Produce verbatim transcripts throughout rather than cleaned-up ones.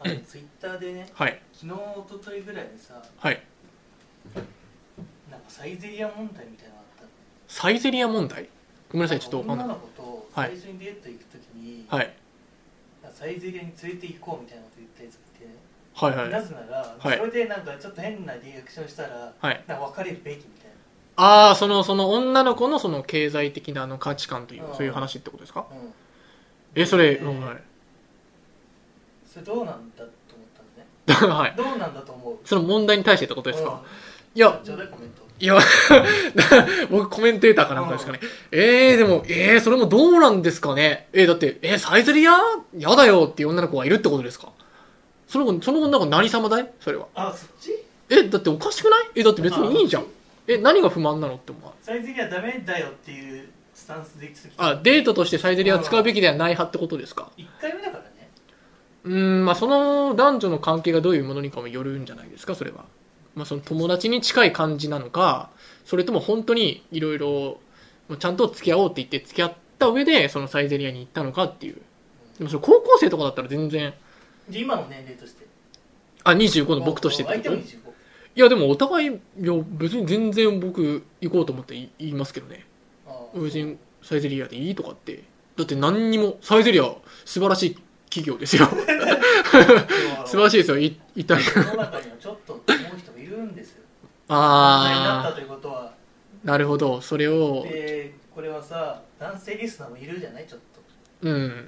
あのツイッターでね、 はい、 昨日一昨日ぐらいでさ、 はい、 なんかサイゼリア問題みたいなのあったの。 サイゼリア問題、ごめんなさい、ちょっと分かんない。 女の子と最初にデート行くときに、 はい、 サイゼリアに連れて行こうみたいなこと言ったやつがいて、ね、 はいはい、 なぜなら、はい、それでなんかちょっと変なリアクションしたら、はい、なんか別れるべきみたいな。 ああ、そのその女の子のその経済的なあの価値観という、うん、そういう話ってことですか？うん、え、それ、うん、はい。 それどうなんだと思ったのね。はい。どうなんだと思う？ その問題に対してってことですか？うん、いや、 ちょうだいコメント。 いや僕コメンテーターかなんかですかね。うん、えー、でも、えー、それもどうなんですかね。えー、だって、えー、サイゼリアやだよっていう女の子がいるってことですか？その子、その女の子何様だいそれは。 あ、そっち？ え、だっておかしくない？え、だって別にいいじゃん。え、何が不満なのって思う。 サイゼリアダメだよっていうスタンスで言ってきた。あ、デートとしてサイゼリア使うべきではない派ってことですか？ いっかいめだからね。 うーん、まあその男女の関係がどういうものにかもよるんじゃないですか、それは。まあその友達に近い感じなのか、それとも本当にいろいろちゃんと付き合おうって言って付き合った上でそのサイゼリアに行ったのかっていう。でもそれ高校生とかだったら全然。 で今の年齢として。 あ、にじゅうごの僕としてってこと？いやでもお互い、いや別に全然僕行こうと思って言いますけどね。別にサイゼリアでいいとかって。だって何にも、サイゼリア素晴らしい企業ですよ。素晴らしいですよ、イタリア。 世の中にはちょっと思う人もいるんですよ。 ああ、なったということは。 なるほど、それを。 で、これはさ、男性リスナーもいるじゃない、ちょっと。 うん。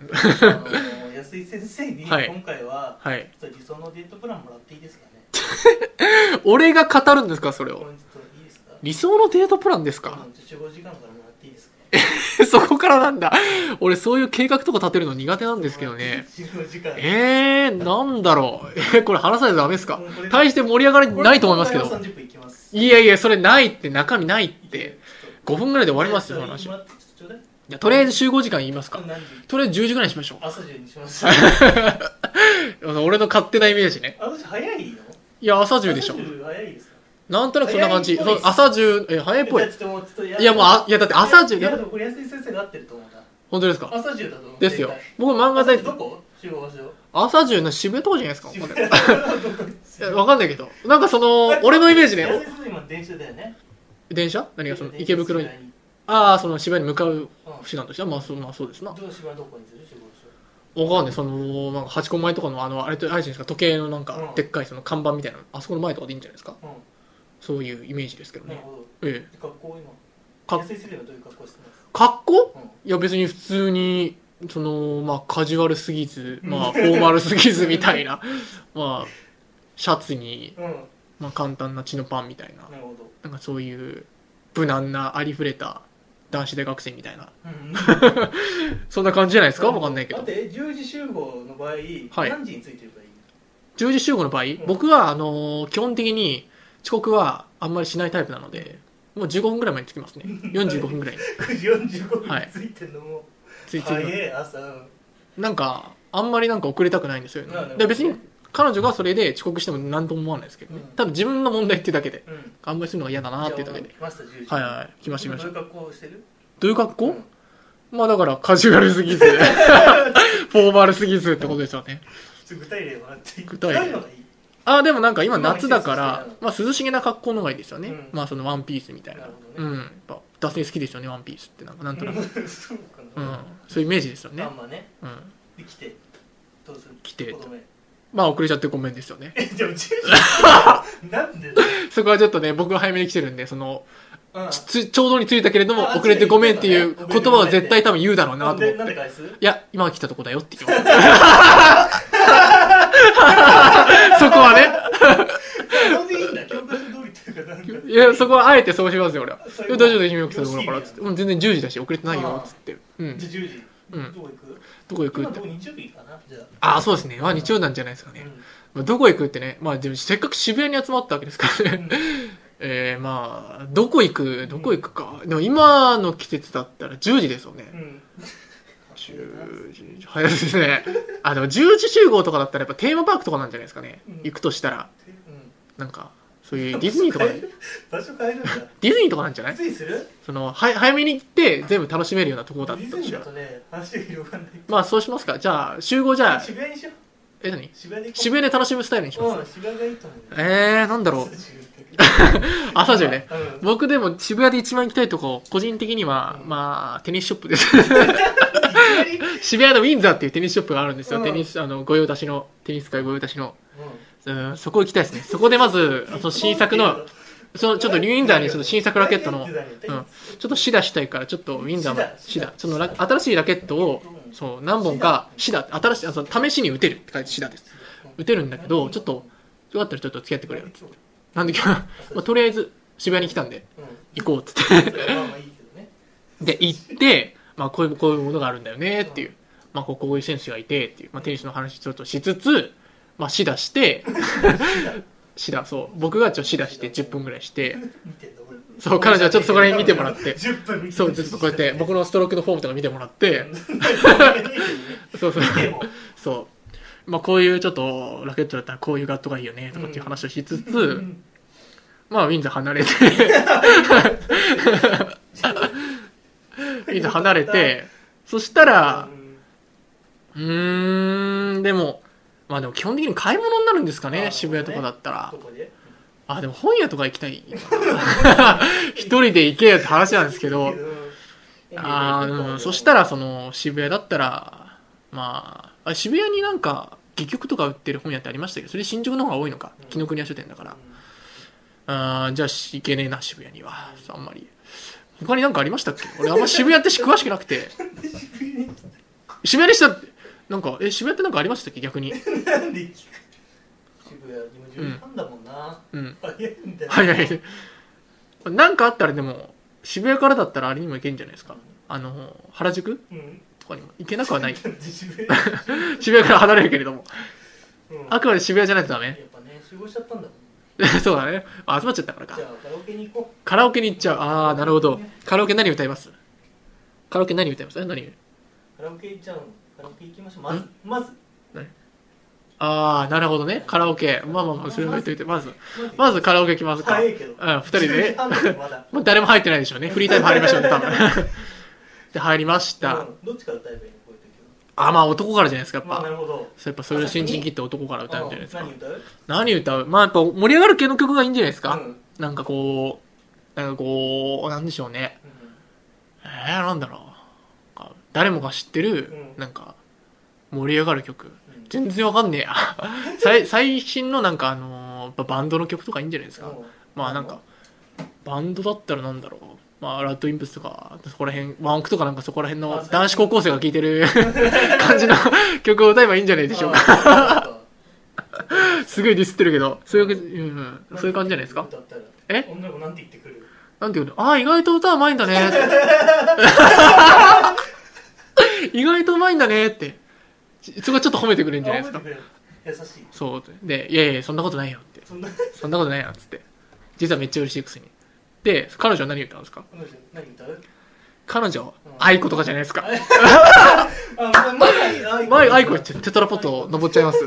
あの安井先生に今回は、はい、理想のデートプランもらっていいですかね。 俺が語るんですか、それを。 いいですか？ 理想のデートプランですか？ じゅうごじかんからもらっていいですか？ そこからなんだ。俺そういう計画とか立てるの苦手なんですけどね。えー、なんだろう。えー、これ話さないとダメですか？大して盛り上がりないと思いますけど。いやいや、それないって、中身ないって。ごふんぐらいで終わりますよ、その話。いやとりあえず集合時間言いますか？とりあえずじゅうじぐらいにしましょう。 朝じゅうにします。 俺の勝手なイメージね。 朝じゅう早いの？ いや、朝じゅうでしょ。 朝じゅう早いですか？ なんとなくそんな感じ。朝じゅう、え、早いっぽい。いや、もう、 あ、 いや、だって朝じゅう。 いや、でもこれ安井先生が合ってると思うな。 本当ですか？ 朝じゅうだと思う。 ですよ。僕漫画大どこ？集合場所。 朝じゅうの渋谷とこじゃないですか？わかんないけど。なんかその、俺のイメージね。 安井先生今電車だよね。 電車？何がその、池袋に。ああ、その渋谷に向かう手段としては、まあそう、まあそうですな。 どう渋谷どこにする？集合場所。 わかんない。その、なんかハチ公前とかの、あの、あれと、あれじゃないですか、時計のなんか、でっかいその看板みたいな、あそこの前とかでいいんじゃないですか？そういうイメージですけどね。 なるほど。 ええ。 格好今。安井先生はどういう格好してます？ 格好？いや別に普通に、その、まあカジュアルすぎず、まあフォーマルすぎずみたいな、まあ、シャツに、まあ簡単なチノパンみたいな、なんかそういう無難なありふれた男子大学生みたいな、そんな感じじゃないですか？わかんないけど。 だってじゅうじ集合の場合、何時に着いてるかいい？ じゅうじ集合の場合、僕はあの基本的に遅刻はあんまりしないタイプなので、もうじゅうごふんぐらい前に着きますね。よんじゅうごふんぐらいに。 くじよんじゅうごふんに着いてんのも、 ついつい早い朝。なんかあんまりなんか遅れたくないんですよね。で別に彼女がそれで遅刻しても何とも思わないですけどね。多分自分の問題っていうだけで、あんまりするのが嫌だなっていうだけで。はいはい、来ました来ました。 どういう格好してる？ どういう格好？まあだからカジュアルすぎず、フォーマルすぎずってことですよね。 具体例もらっていい？ 具体例。あ、でもなんか今夏だから、まあ涼しげな格好の方がいいですよね。うん、まあそのワンピースみたいな。なね、うん。やっぱ男性好きですよね、ワンピースってなんかなんとなく。そうかな。うん。そういうイメージですよね。 あんまね。うん。で来てどうする？ 来て。まあ遅れちゃってごめんですよね。 え、でもじゅうじなんで？ そこはちょっとね、僕が早めに来てるんで、その、うん、ち, ちょうどに着いたけれども遅れてごめんっていう言葉を絶対多分言うだろうなと思って。 なんで返す？いや、今来たとこだよって言ってます。そこはね。いや、そこはあえてそうしますよ、俺は。大丈夫で、君が来たところからっつって。もう全然じゅうじだし、遅れてないよっつって。 うん。じゃあじゅうじ。 うん。 どこ行く？ どこ行くって。 今日曜日かな？じゃあ。あ、そうですね。まあ日曜なんじゃないですかね。まあどこ行くってね、まあでもせっかく渋谷に集まったわけですからね。えー、まあどこ行くどこ行くか。でも今の季節だったらじゅうじですよね。じゅうじ早いですね。あ、でもじゅうじ集合とかだったらやっぱテーマパークとかなんじゃないですかね。行くとしたら、なんかそういうディズニーとか、 場所変えるんだ。 ディズニーとかなんじゃない？ ディズニーする？ そのは早めに行って全部楽しめるようなところだったディズニーだとね、話が広がんない。 まあそうしますか。じゃあ集合じゃあ渋谷にしよう。 え、何渋谷で渋谷で楽しむスタイルにします。 うん、渋谷がいいと思う。 えー、なんだろう。朝中ね、うん。僕でも渋谷で一番行きたいとこ、個人的には、うん、まあ、テニスショップです。渋谷のウィンザーっていうテニスショップがあるんですよ。うん、テニス、あの、御用達の、テニス界御用達の。うん、うん、そこ行きたいですね。そこでまず、その新作の、そのちょっとニューウィンザーにその新作ラケットの、うん、ちょっとシダしたいから、ちょっとウィンザーのシダ、その新しいラケットを、そう、何本かシダ、新しい、あの試しに打てるって書いてシダです。打てるんだけど、ちょっと、よかったらちょっと付き合ってくれよって。なんで今日、まあ、とりあえず渋谷に来たんで、行こうっつってで、行って、まあ、こういう、こういうものがあるんだよねっていう、まあ、こうこういう選手がいてっていう、まあ、テニスの話ちょっとしつつ、まあ、シダして、シダ、そう、僕がちょっとシダしてじゅっぷんぐらいして、そう、彼女はちょっとそこら辺見てもらって、そう、ずっとこうやって僕のストロークのフォームとか見てもらって、そうそう、そう、まあ、こういうちょっとラケットだったらこういうガットがいいよねとかっていう話をしつつ、まあウィンザー離れてウィンザー離れて、そしたらうーんでもまあでも基本的に買い物になるんですかね、渋谷とかだったら。あ、でも本屋とか行きたい一人で行けよって話なんですけど、あ、うん、そしたらその渋谷だったらまあ、あ、渋谷になんか戯曲とか売ってる本屋ってありましたけど、それ新宿の方が多いのか、紀ノ国屋書店だから。あ、じゃあ行けねえな渋谷には。あんまり他に何かありましたっけ。俺あんま渋谷って詳しくなくて渋谷でしたって、なんかえ渋谷ってなんかありましたっけ逆に。なんで聞く。渋谷にもじゅうじはんだもんな。うん。はいはい。なんかあったらでも渋谷からだったらあれにも行けんじゃないですか。あの原宿、うん、とかにも行けなくはない。渋谷から離れるけれども、うん、あくまで渋谷じゃないとダメ。やっぱね集合しちゃったんだもん。そうだね。あ、集まっちゃったからか。じゃあカラオケに行こう。カラオケに行っちゃう。ああ、なるほど。カラオケ何歌います？カラオケ何歌います？え、何？カラオケ行っちゃうの。カラオケ行きましょう。まずまず。ああ、なるほどね。カラオケ。まあまあまあ、それも言っといて、まず、まずカラオケ行きますか。うん、二人で。もう誰も入ってないでしょうね。フリータイム入りましょうね、多分。で、入りました。どっちから歌えばいいの？あ、まあ男からじゃないですか、やっぱ。なるほど。やっぱそういう新人切って男から歌うんじゃないですか。何歌う？何歌う？まあやっぱ盛り上がる系の曲がいいんじゃないですか。うん、なんかこう、なんかこう、なんでしょうね。うん、えー、なんだろう。誰もが知ってる、うん、なんか、盛り上がる曲。全然わかんねえや最, 最新のなんかあのー、バンドの曲とかいいんじゃないですか。まあなんかバンドだったらなんだろう、まあラッドインプスとかそこら辺、ワンオクとかなんかそこら辺の男子高校生が聴いてる感じの曲を歌えばいいんじゃないでしょうかすごいディスってるけど、そういう、うん、そういう感じじゃないですか。え、女の子なんて言ってくる？なんて言うの？ああ、意外と歌うまいんだね意外とうまいんだねってそこはちょっと褒めてくれるんじゃないですか。優しい。そうで、いやいやそんなことないよって、そんなそんなことないよっつって、実はめっちゃ嬉しいくせに。で、彼女は何歌うんですか？彼女何歌う？彼女、愛子とかじゃないですか。前愛子テトラポット登っちゃいます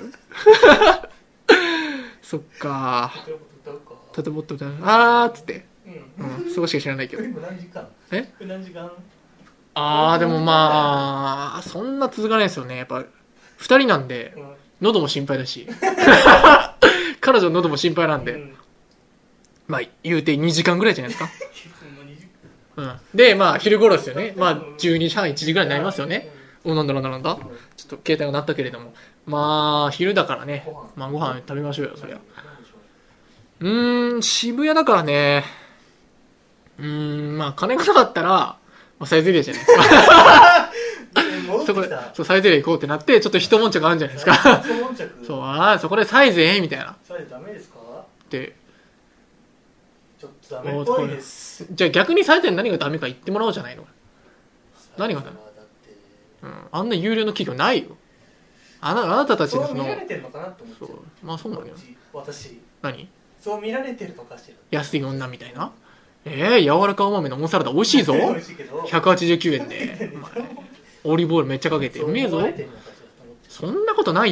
そっか。テトラポット歌う。あーっつって、うん、そこしか知らないけど。え？あーでもまあそんな続かないですよね。やっぱふたりなんで、うん、喉も心配だし彼女の喉も心配なんで、うん、まあ言うてにじかんぐらいじゃないですかうん、でまあ昼頃ですよね。まあじゅうにじはんいちじぐらいになりますよね。お、なんだなんだなんだ、ちょっと携帯が鳴ったけれども、まあ昼だからね、まあご飯食べましょうよそりゃ。うーん、渋谷だからね、うーん、まあ金がなかったら、まあ、サイゼリヤじゃないですかそこでそうサイゼリヤ行こうってなって、ちょっと一悶着あるんじゃないですかそう、ああそこでサイゼみたいな。サイゼダメですかってちょっとダメっぽいです。じゃあ逆にサイゼに何がダメか言ってもらおうじゃないの。何がダメ？うん、あんな有料の企業ないよ。あな、あなたたちのそのそう見られてるのかなと思って。そう、まあそうなのよ。私何？そう見られてるのかしら。安い女みたいな。えー、柔らかお豆のオンサラダ美味しいぞ。ひゃくはちじゅうきゅうえんで、まあオリーブオイルめっちゃかけてうめえぞ。そんなことないって。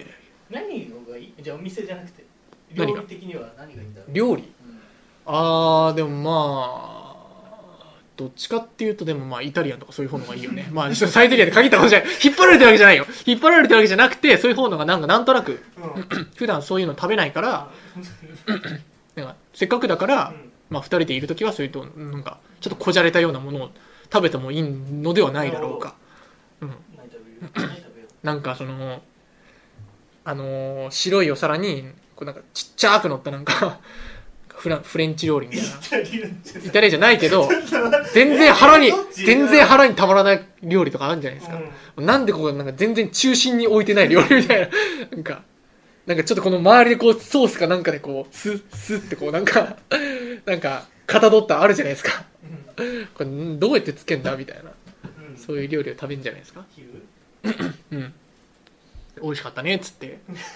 何がいい？じゃあお店じゃなくて料理的には何がいいんだろう。料理、うん、あーでもまあどっちかっていうとでもまあイタリアンとかそういう方のがいいよね。まあサイゼリヤで限ったことじゃない。引っ張られてるわけじゃないよ。引っ張られてるわけじゃなくて、そういう方のがなんかなんとなく、うん、普段そういうの食べないから、なんかせっかくだから、まあふたりでいるときはそういうと、なんかちょっとこじゃれたようなものを食べてもいいのではないだろうか。うん。なんかその、あのー、白いお皿に、こうなんかちっちゃく乗ったなんか、フランフレンチ料理みたいなイタリアじゃないけど全然腹に全然腹にたまらない料理とかあるんじゃないですか、うん、なんでここなんか全然中心に置いてない料理みたいななんかなんかちょっとこの周りでこうソースかなんかでこうスッスッってこうなんかなんかかたどったあるじゃないですか、うん、これどうやってつけんだみたいな、うん、そういう料理を食べるんじゃないですかうん美味しかったねっつって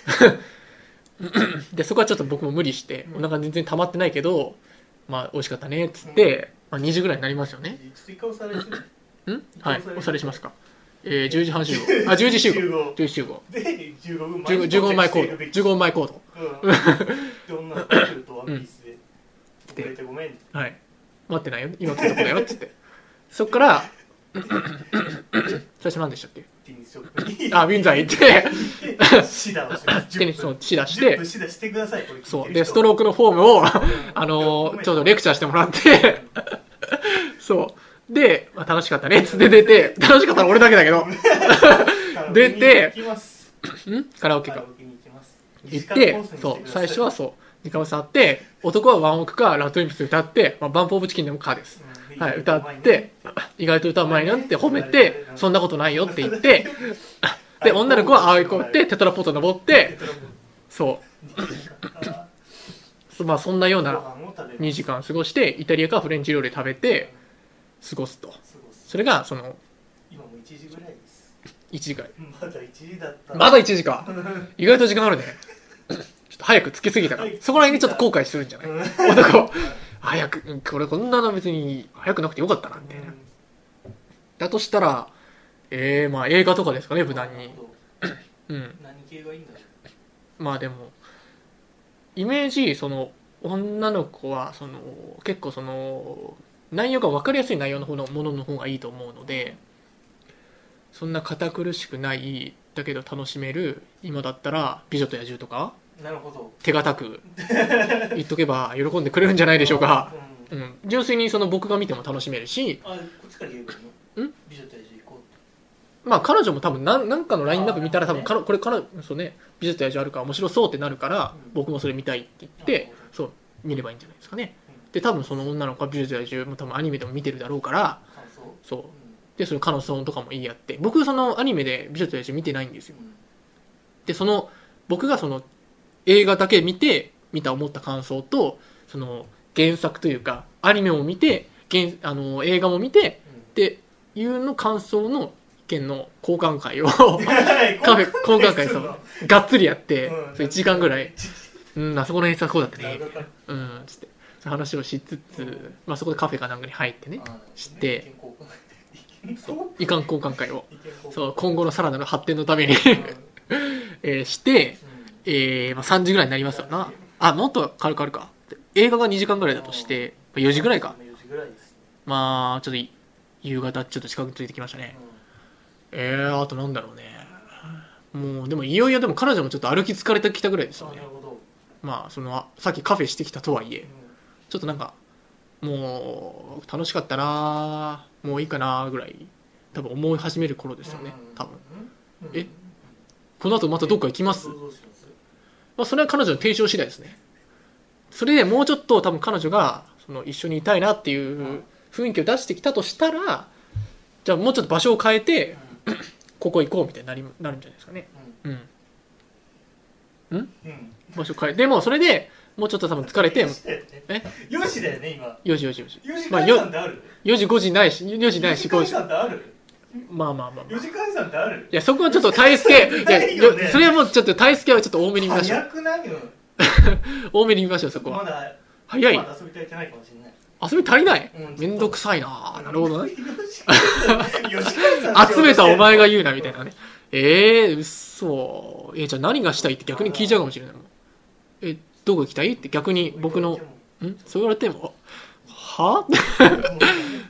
でそこはちょっと僕も無理してお腹全然溜まってないけどまあ美味しかったねっつって、まあ、にじぐらいになりますよね。 追加おさらいするんはいおさらいしますか。えー、じゅうじはん集合あじゅうじ集合じゅうじ集合でじゅうごふん前じゅうごふんまえコードじゅうごふんまえコードで女の子が来るとワンピースで遅れてごめんはい待ってないよ今来たとこだよっつってそっから最初何でしたっけ。 テニスショップにあ、ウィンザー行ってシダをします。 テニスをシダしてシダしてください。これそうでストロークのフォームをあのー、ちょうどレクチャーしてもらってそうで、まあ、楽しかったねっつって出て楽しかったの俺だけだけど出てんカラオケか行ってそう最初はそう時間を触って男はワンオクかラッドウィンプス歌って、まあ、バンプオブチキンでもかです、うん、はい、歌って意外と歌うまいなって褒めてそんなことないよって言ってで女の子は青い子ってテトラポット登ってそうまあそんなようなにじかん過ごしてイタリアかフレンチ料理食べて過ごすとそれがその今もいちじぐらいですいちじぐらいまだいちじだったまだいちじか意外と時間あるねちょっと早くつきすぎたからそこら辺にちょっと後悔するんじゃない男早くこれこんなの別に早くなくてよかったなみたいなだとしたらえー、まあ映画とかですかね無難にうん何系がいいんだろうまあでもイメージその女の子はその結構その内容が分かりやすい内容の方のものの方がいいと思うのでそんな堅苦しくないだけど楽しめる今だったら美女と野獣とかなるほど手堅く言っとけば喜んでくれるんじゃないでしょうか、うんうん、純粋にその僕が見ても楽しめるしあこっちから言えばいいの？ん美女と野獣行こうまあ彼女も多分何なんかのラインナップ見たら多分これ彼そうね美女と野獣あるから面白そうってなるから、うん、僕もそれ見たいって言ってそう見ればいいんじゃないですかね、うん、で多分その女の子は美女と野獣も多分アニメでも見てるだろうからそう、うん、でその感想とかもいいやって僕そのアニメで美女と野獣見てないんですよ、うん、でその僕がその映画だけ見て見た思った感想とその原作というかアニメを見て原あの映画も見て、うん、っていうの感想の意見の交換会をカフェ交換会そうがっつりやって、うん、そいちじかんぐらい、うん、あそこの演出はこうだったねうんつって話をしつつ、うん、まあ、そこでカフェかなんかに入ってねしてそう意見交換会をそう今後のさらなる発展のためにえー、してえーまあ、さんじぐらいになりますよなあもっと軽くあるか映画がにじかんぐらいだとしてよじぐらいかまあちょっと夕方ちょっと近くついてきましたね、うん、えーあとなんだろうねもうでもいよいよでも彼女もちょっと歩き疲れてきたぐらいですよねまあそのさっきカフェしてきたとはいえ、うん、ちょっとなんかもう楽しかったなもういいかなぐらい多分思い始める頃ですよね多分えこの後またどっか行きます？まあ、それは彼女の提唱次第ですね。それでもうちょっと多分彼女がその一緒にいたいなっていう雰囲気を出してきたとしたらじゃあもうちょっと場所を変えてここ行こうみたいになりなるんじゃないですかね。うん。うん？うん、場所変えでもそれでもうちょっと多分疲れてえよじだよね今よじよじよじよじ解散ってある？ よじごじないしよじないしごじ解散ってある？ まあまあまあ、まあ、 よじ解散ってある？ いやそこはちょっと大輔いや、ね、それはもうちょっと大輔はちょっと多めに見ましょう。 早くないよ多めに見ましょうそこは。 まだ早い。 まだ遊び足りてないかもしれない。 遊び足りない？うん、めんどくさいな。なるほどね。集めたお前が言うなみたいなね。えー、嘘。えー、じゃあ何がしたいって逆に聞いちゃうかもしれないもん。え、どこ行きたいって逆に僕のんそう言われてもは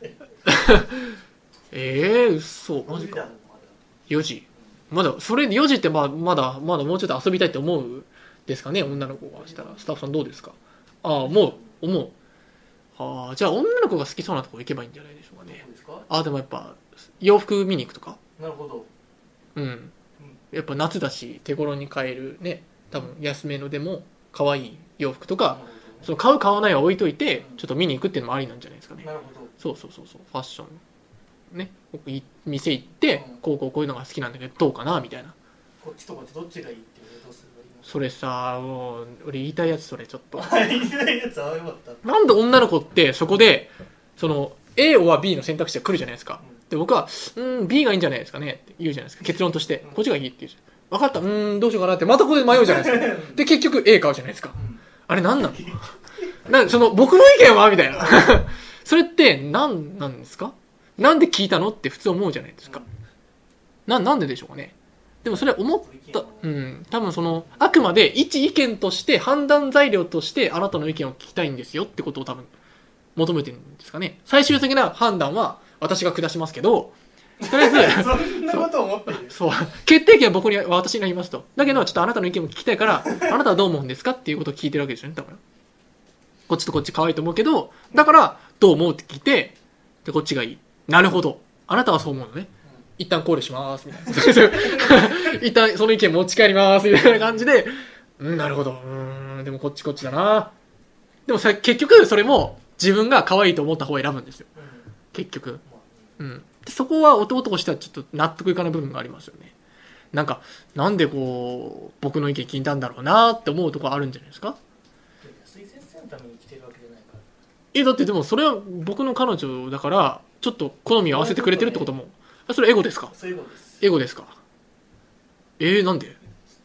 ええー、嘘マジか。よじまだそれよじってまあまだまだもうちょっと遊びたいって思うですかね、女の子がしたら。スタッフさんどうですか？ああ、思う思う。ああ、じゃあ女の子が好きそうなとこ行けばいいんじゃないでしょうかね。ああ、でもやっぱ洋服見に行くとか。 なるほど。 うん。やっぱ夏だし手頃に買えるね、多分安めのでも可愛い洋服とか、その買う買わないは置いといてちょっと見に行くっていうのもありなんじゃないですかね。 なるほど。 そうそうそうそう、ファッションね、僕い店行って、うん、こうこうこういうのが好きなんだけどどうかなみたいな。 こっちとこっちどっちがいいっていうのどうすればいいの？ それさ、もう俺言いたいやつそれちょっと言いたいやつはよかった。 なんで女の子ってそこでその A は B の選択肢が来るじゃないですか、うん、で僕はうん B がいいんじゃないですかねって言うじゃないですか、結論として、うん、こっちがいいって言うじゃん。分かった、うんどうしようかなってまたここで迷うじゃないですかで結局 A 買うじゃないですか、うん、あれなんなのな、その僕の意見はみたいなそれって何なんですか？なんで聞いたのって普通思うじゃないですか、うん、な, なんででしょうかね。でもそれ思った、うん、多分そのあくまで一意見として判断材料としてあなたの意見を聞きたいんですよってことを多分求めてるんですかね。最終的な判断は私が下しますけど、とりあえずそんなこと思ってるそう決定権は僕に私になりますと。だけどちょっとあなたの意見も聞きたいからあなたはどう思うんですかっていうことを聞いてるわけですよね。多分こっちとこっち可愛いと思うけど、だからどう思うって聞いて、でこっちがいい、なるほどあなたはそう思うのね、一旦考慮しますみたいな一旦その意見持ち帰りますみたいな感じで、うん、なるほど、うーんでもこっちこっちだな。でもさ結局それも自分が可愛いと思った方を選ぶんですよ、うん、結局、うん、でそこは弟としてはちょっと納得いかない部分がありますよね。なんかなんでこう僕の意見聞いたんだろうなって思うところあるんじゃないですか。 安井先生のために生きてるわけじゃないから。 えだってでもそれは僕の彼女だからちょっと好みを合わせてくれてるってことも、それエゴですか？ そういうことです。 エゴですか？えー、なんで？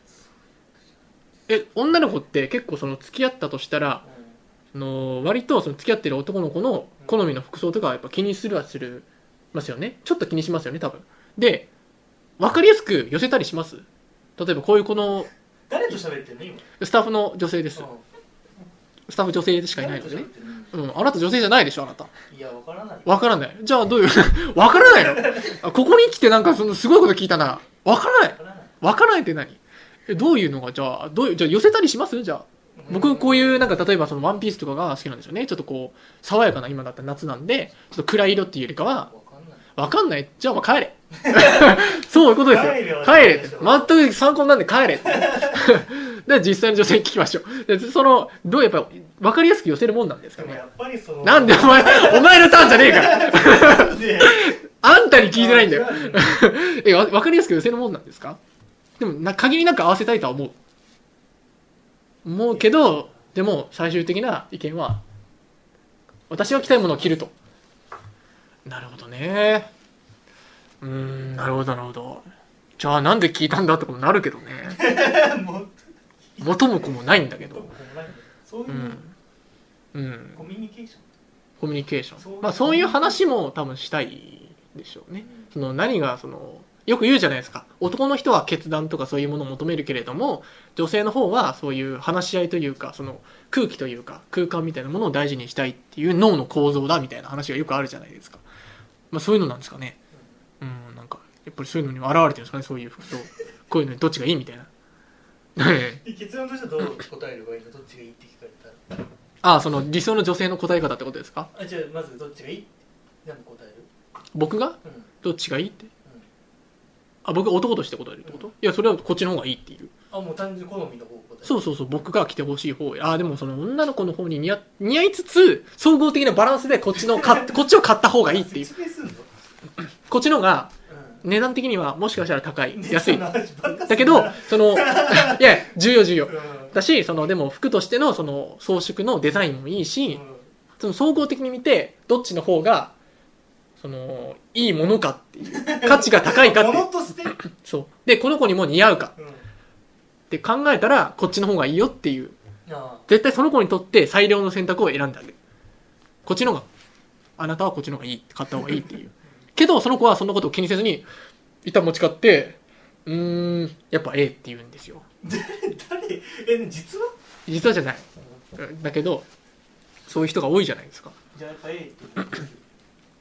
え女の子って結構その付き合ったとしたら、うん、の割とその付き合ってる男の子の好みの服装とかはやっぱ気にするはするますよね。ちょっと気にしますよね多分。で分かりやすく寄せたりします？例えばこういうこの誰と喋ってんの今？ スタッフの女性です、うん、スタッフ女性しかいないのでね。うん、あなた女性じゃないでしょあなた。 いや分からない。 分からない。じゃあどういう分からないの？あここに来てなんかそのすごいこと聞いたな。分からない。分からないって何？えどういうのがじゃあどういうじゃあ寄せたりします？じゃあ僕こういうなんか例えばそのワンピースとかが好きなんですよね。ちょっとこう爽やかな今だったら夏なんでちょっと暗い色っていうよりかは分かんない。じゃあお前帰れそういうことですよ。帰れって全く参考になんで帰れってで実際の女性に聞きましょう。でそのどうやっぱ分かりやすく寄せるもんなんですかね。 やっぱりそのなんでお前お前のターンじゃねえからあんたに聞いてないんだよえ分かりやすく寄せるもんなんですか？でもな限りなく合わせたいとは思う思うけど、でも最終的な意見は私が着たいものを着ると。なるほどね。うーんなるほどなるほど。じゃあなんで聞いたんだってことになるけどね元も子もないんだけど、 そういう、うんうん、コミュニケーションコミュニケーションまあそういう話も多分したいでしょうね。その何がそのよく言うじゃないですか。男の人は決断とかそういうものを求めるけれども女性の方はそういう話し合いというかその空気というか空間みたいなものを大事にしたいっていう脳の構造だみたいな話がよくあるじゃないですか。まあそういうのなんですかね。うんなんかやっぱりそういうのに現れてるんですかね。そういう服装こういうのにどっちがいいみたいな結論としてはどう答えればいいの？どっちがいいって聞かれたらああその理想の女性の答え方ってことですか？ あじゃあまずどっちがいい何答える？ 僕が、うん、どっちがいいって、うん、あ僕男として答えるってこと、うん、いやそれはこっちの方がいいっていう。 あもう単純に好みの方答える。 そうそうそう僕が着てほしい方。あでもその女の子の方に似合、似合いつつ総合的なバランスでこっちのかこっちを買った方がいいっていうこっちの方が値段的にはもしかしたら高い安いだけどそのいや重要重要だしそのでも服としてのその装飾のデザインもいいしその総合的に見てどっちの方がそのいいものかっていう価値が高いかっていうそうでこの子にも似合うかって考えたらこっちの方がいいよっていう絶対その子にとって最良の選択を選んであげる。こっちの方があなたはこっちの方がいい買った方がいいっていうけどその子はそんなことを気にせずに一旦持ち買ってうーんやっぱ A って言うんですよ誰え実は実はじゃないだけどそういう人が多いじゃないですか。 じゃあやっぱ A って言う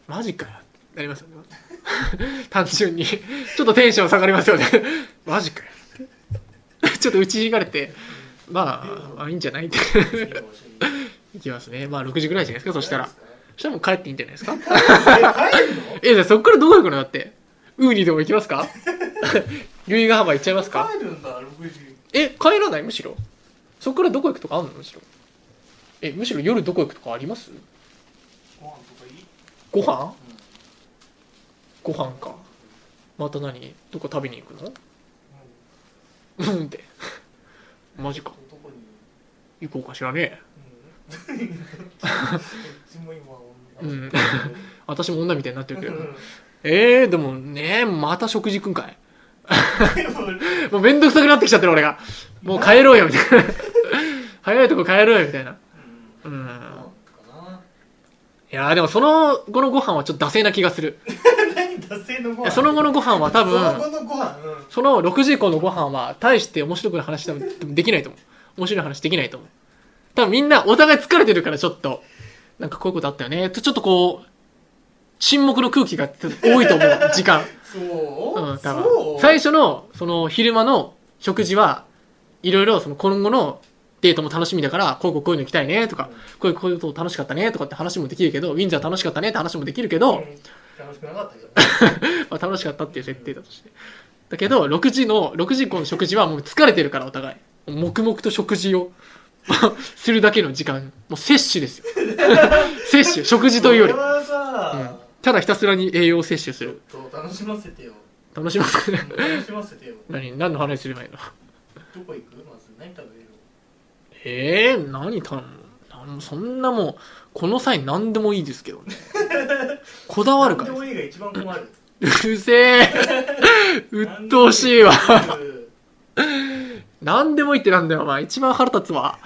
マジかよなりますよね単純にちょっとテンション下がりますよねマジかよちょっと打ちひかれてまあ、まあいいんじゃないっていきますね。まあろくじぐらいじゃないですか。そしたらそしたらもう帰っていいんじゃないですかえ、帰るの？え、じゃあそっからどこ行くの？だってウーリーでも行きますか由比ヶ浜行っちゃいますか？ 帰るんだろくじ。え、 帰らない？むしろそっからどこ行くとかあるの？むしろえ、むしろ夜どこ行くとかあります？ ご飯とかいい？ ご飯？うん、ご飯か。また何？どこ食べに行くの？うんってマジか。どこに行こうかしらね。うん、うん、私も女みたいになってるけどえー、でもねまた食事行くんかいもうめんどくさくなってきちゃってる俺がもう帰ろうよみたいな早いとこ帰ろうよみたいな。うん、うん、いやでもその後のご飯はちょっと惰性な気がする何惰性のご飯？ その後のご飯は多分その後のご飯、うん、 そのろくじ以降のご飯は大して面白くない話でもできないと思う。面白い話できないと思う。多分みんなお互い疲れてるからちょっとなんかこういうことあったよねとちょっとこう沈黙の空気が多いと思う時間そう、 うん、多分最初のその昼間の食事はいろいろその今後のデートも楽しみだからこうこうこういうの行きたいねとか、うん、こういうこういうこと楽しかったねとかって話もできるけどウィンザー楽しかったねって話もできるけど、うん、 楽しくなかったけど、ねまあ、楽しかったっていう設定だとしてだけどろくじのろくじ以降の食事はもう疲れてるからお互い黙々と食事をするだけの時間もう摂取ですよ摂取食事というより、うん、ただひたすらに栄養を摂取する。 ちょっと楽しませてよ。 楽しませて楽しませてよ何何の話すればいいの？ どこ行く？まず何食べる？ えー、何頼む？そんなもうこの際何でもいいですけどねこだわるから何でもいいが一番困るうるせえ鬱陶しいわ何でもいいってなんだよお前一番腹立つわ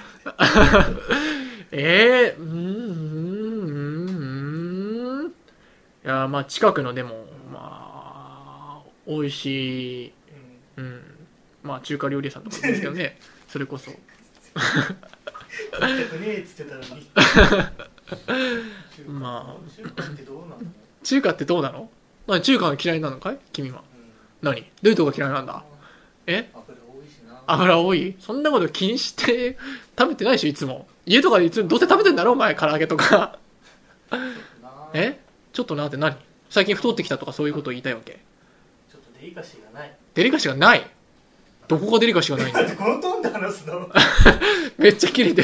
えー、うーん、いやまあ近くのでもまあ美味しい、うん、まあ中華料理屋さんとかですけどねそれこそ行きたくねえっつってたのにまあ中華ってどうなの？ 中華ってどうなの？何中華が嫌いなのかい君は、うん、何どういうとこが嫌いなんだ？え？油多い？そんなこと気にして食べてないでしょいつも。家とかでいつもどうせ食べてんだろお前唐揚げとかえ？ちょっとなって何？最近太ってきたとかそういうことを言いたいわけ？ ちょっとデリカシーがない。 デリカシーがない？どこがデリカシーがないんだよだってこのトーンで話すのめっちゃキレてる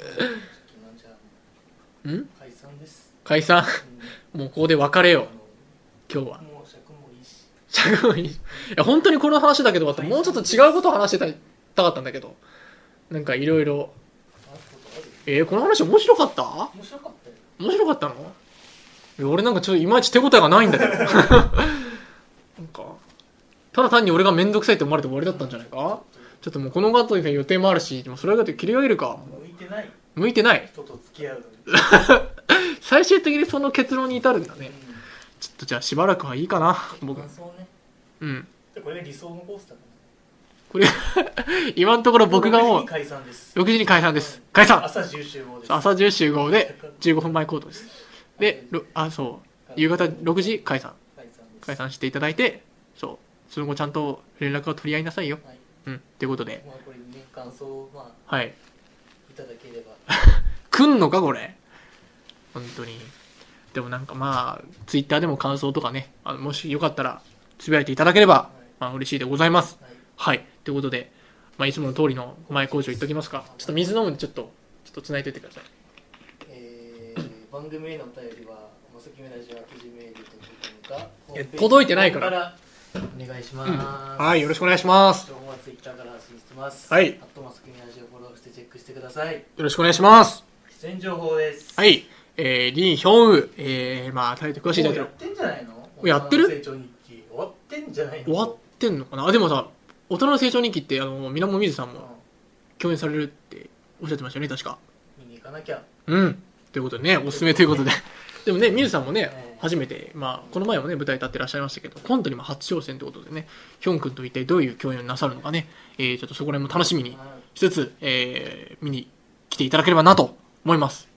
ん？解散です。 解散、うん、もうここで別れよう今日は。 もう尺もいいし尺もいいしいや本当にこの話だけどもうちょっと違うことを話してたかったんだけどなんかいろいろえー、この話面白かった？面白かったよ。 面白かったの？俺なんかちょっといまいち手応えがないんだけどなんかただ単に俺がめんどくさいって思われて終わりだったんじゃないか？ちょっともうこの後に予定もあるしでもそれだけ切り上げるか。 向いてない向いてない人と付き合うのに最終的にその結論に至るんだね、うん、ちょっとじゃあしばらくはいいかな僕、ね、うんこれが理想のコースだねこれ今のところ僕がもうろくじに解散です。 ろくじに解散です。解散。 朝じゅう集合です。 朝じゅう集合でじゅうごふんまえ行動です。で、あそう夕方ろくじ解散。解散していただいて、そうその後ちゃんと連絡を取り合いなさいよ。はい、うんっていうことで。 まあこれね感想をまあはいいただければ。 来んのかこれ。本当に。でもなんかまあツイッターでも感想とかね、あのもしよかったらつぶやいていただければ、はい、まあ嬉しいでございます。はい、はい、ということで、まあ、いつもの通りの前工場言っときますか。ちょっと水飲むんでちょっとちょっと繋いでおいてください。 えー、番組へのお便りはまさきめラジオ記事メールとか届いてないからお願いします、 うん、はいよろしくお願いします。 情報はツイッターから発信してます。 はい。 あとまさきめラジオフォローしてチェックしてください。よろしくお願いします。 出演情報です。 はい。えー、リン・ヒョンウ、えー、まあタイトル詳しいだけど。 やってんじゃないの？ やってる？ 成長日記終わってんじゃないの？ 終わってんのかなあ。でもさ大人の成長日記ってあの水面水さんも共演されるっておっしゃってましたよね確か。 見に行かなきゃ。 うんということでねおすすめということででもね水さんもね、えー、初めてまあこの前もね舞台立ってらっしゃいましたけど今度にも初挑戦ということでねヒョン君と一体どういう共演をなさるのかね、えー、ちょっとそこら辺も楽しみにしつつ、えー、見に来ていただければなと思います。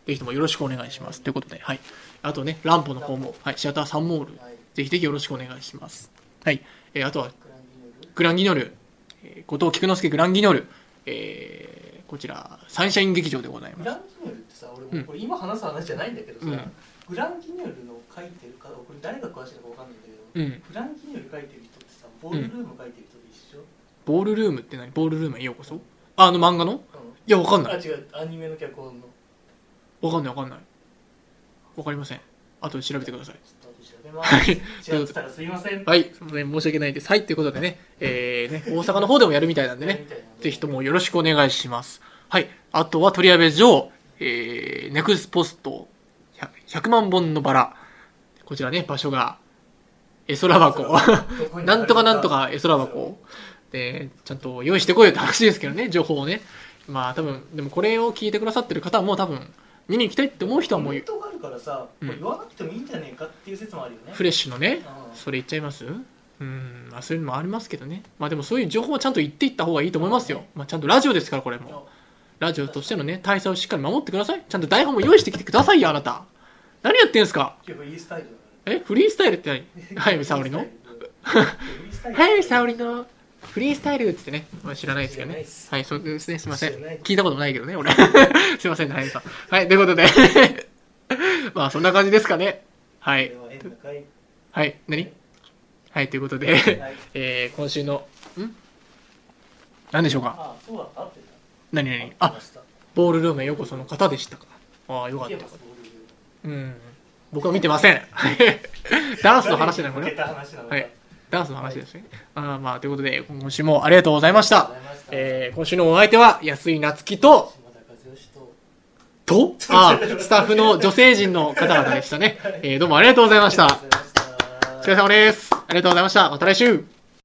ぜひともよろしくお願いします。ということで、はい。あとね、ランポの方も、はい、シアターサンモール、ぜひぜひよろしくお願いします。はい。えー、あとは、グランギノル、えー、後藤菊之助グランギノル、えー、こちら、サンシャイン劇場でございます。 グランギノルってさ、俺もこれ今話す話じゃないんだけどさ、うん、グランギノルの書いてる方、これ誰が詳しいのかわかんないんだけど、うん、グランギノル書いてる人ってさ、ボールルーム書いてる人で一緒、うん、 ボールルームって何？ボールルームへようこそ？あ、あの漫画の？うん、いや、わかんない。 あ、違う、アニメの脚本の。 わかんないわかんない。わかりません。あとで調べてください。 はい。違ったらすいません。 はい。申し訳ないです。はい。ということでね、えー、ね、大阪の方でもやるみたいなんでね、ぜひともよろしくお願いします。はい。あとは、鳥矢部城、えー、ネクスポスト、ひゃくまんぼんのバラ。こちらね、場所が、絵空箱。なんとかなんとか絵空箱。で、ちゃんと用意してこいよって話ですけどね、情報をね。まあ多分、でもこれを聞いてくださってる方はもう多分、見に行きたいって思う人はもう言う。があるからさ、うん、言わなくてもいいんじゃねえかっていう説もあるよね。 フレッシュのね、それ言っちゃいます？うん、まあそういうのもありますけどね。まあでもそういう情報はちゃんと言っていった方がいいと思いますよ。まあちゃんとラジオですからこれも。ラジオとしてのね、体制をしっかり守ってください。ちゃんと台本も用意してきてくださいよ、あなた。何やってんすか？ フリースタイル。 え、フリースタイルって何？はい、沙織のはい、沙織のフリースタイルってね、まあ、知らないですけどね。はい、そうですね。すいません。聞いたことないけどね、俺。すいませんね、はいさん。はい、ということで。まあ、そんな感じですかね。はい。はい、何？はい、ということで、はい、えー、今週の、ん？何でしょうか？あ、そうだったって何何あ、ボールルームへようこその方でしたか。ああ、よかった。うん。僕は見てません。ダンスの話なのね。はい。ダンスの話ですね。はい、あまあ、ということで、今週もありがとうございました。えー、今週のお相手は、安井夏樹と、とあ、スタッフの女性陣の方々でしたね。えー、どうもありがとうございました。お疲れ様です。ありがとうございました。また来週。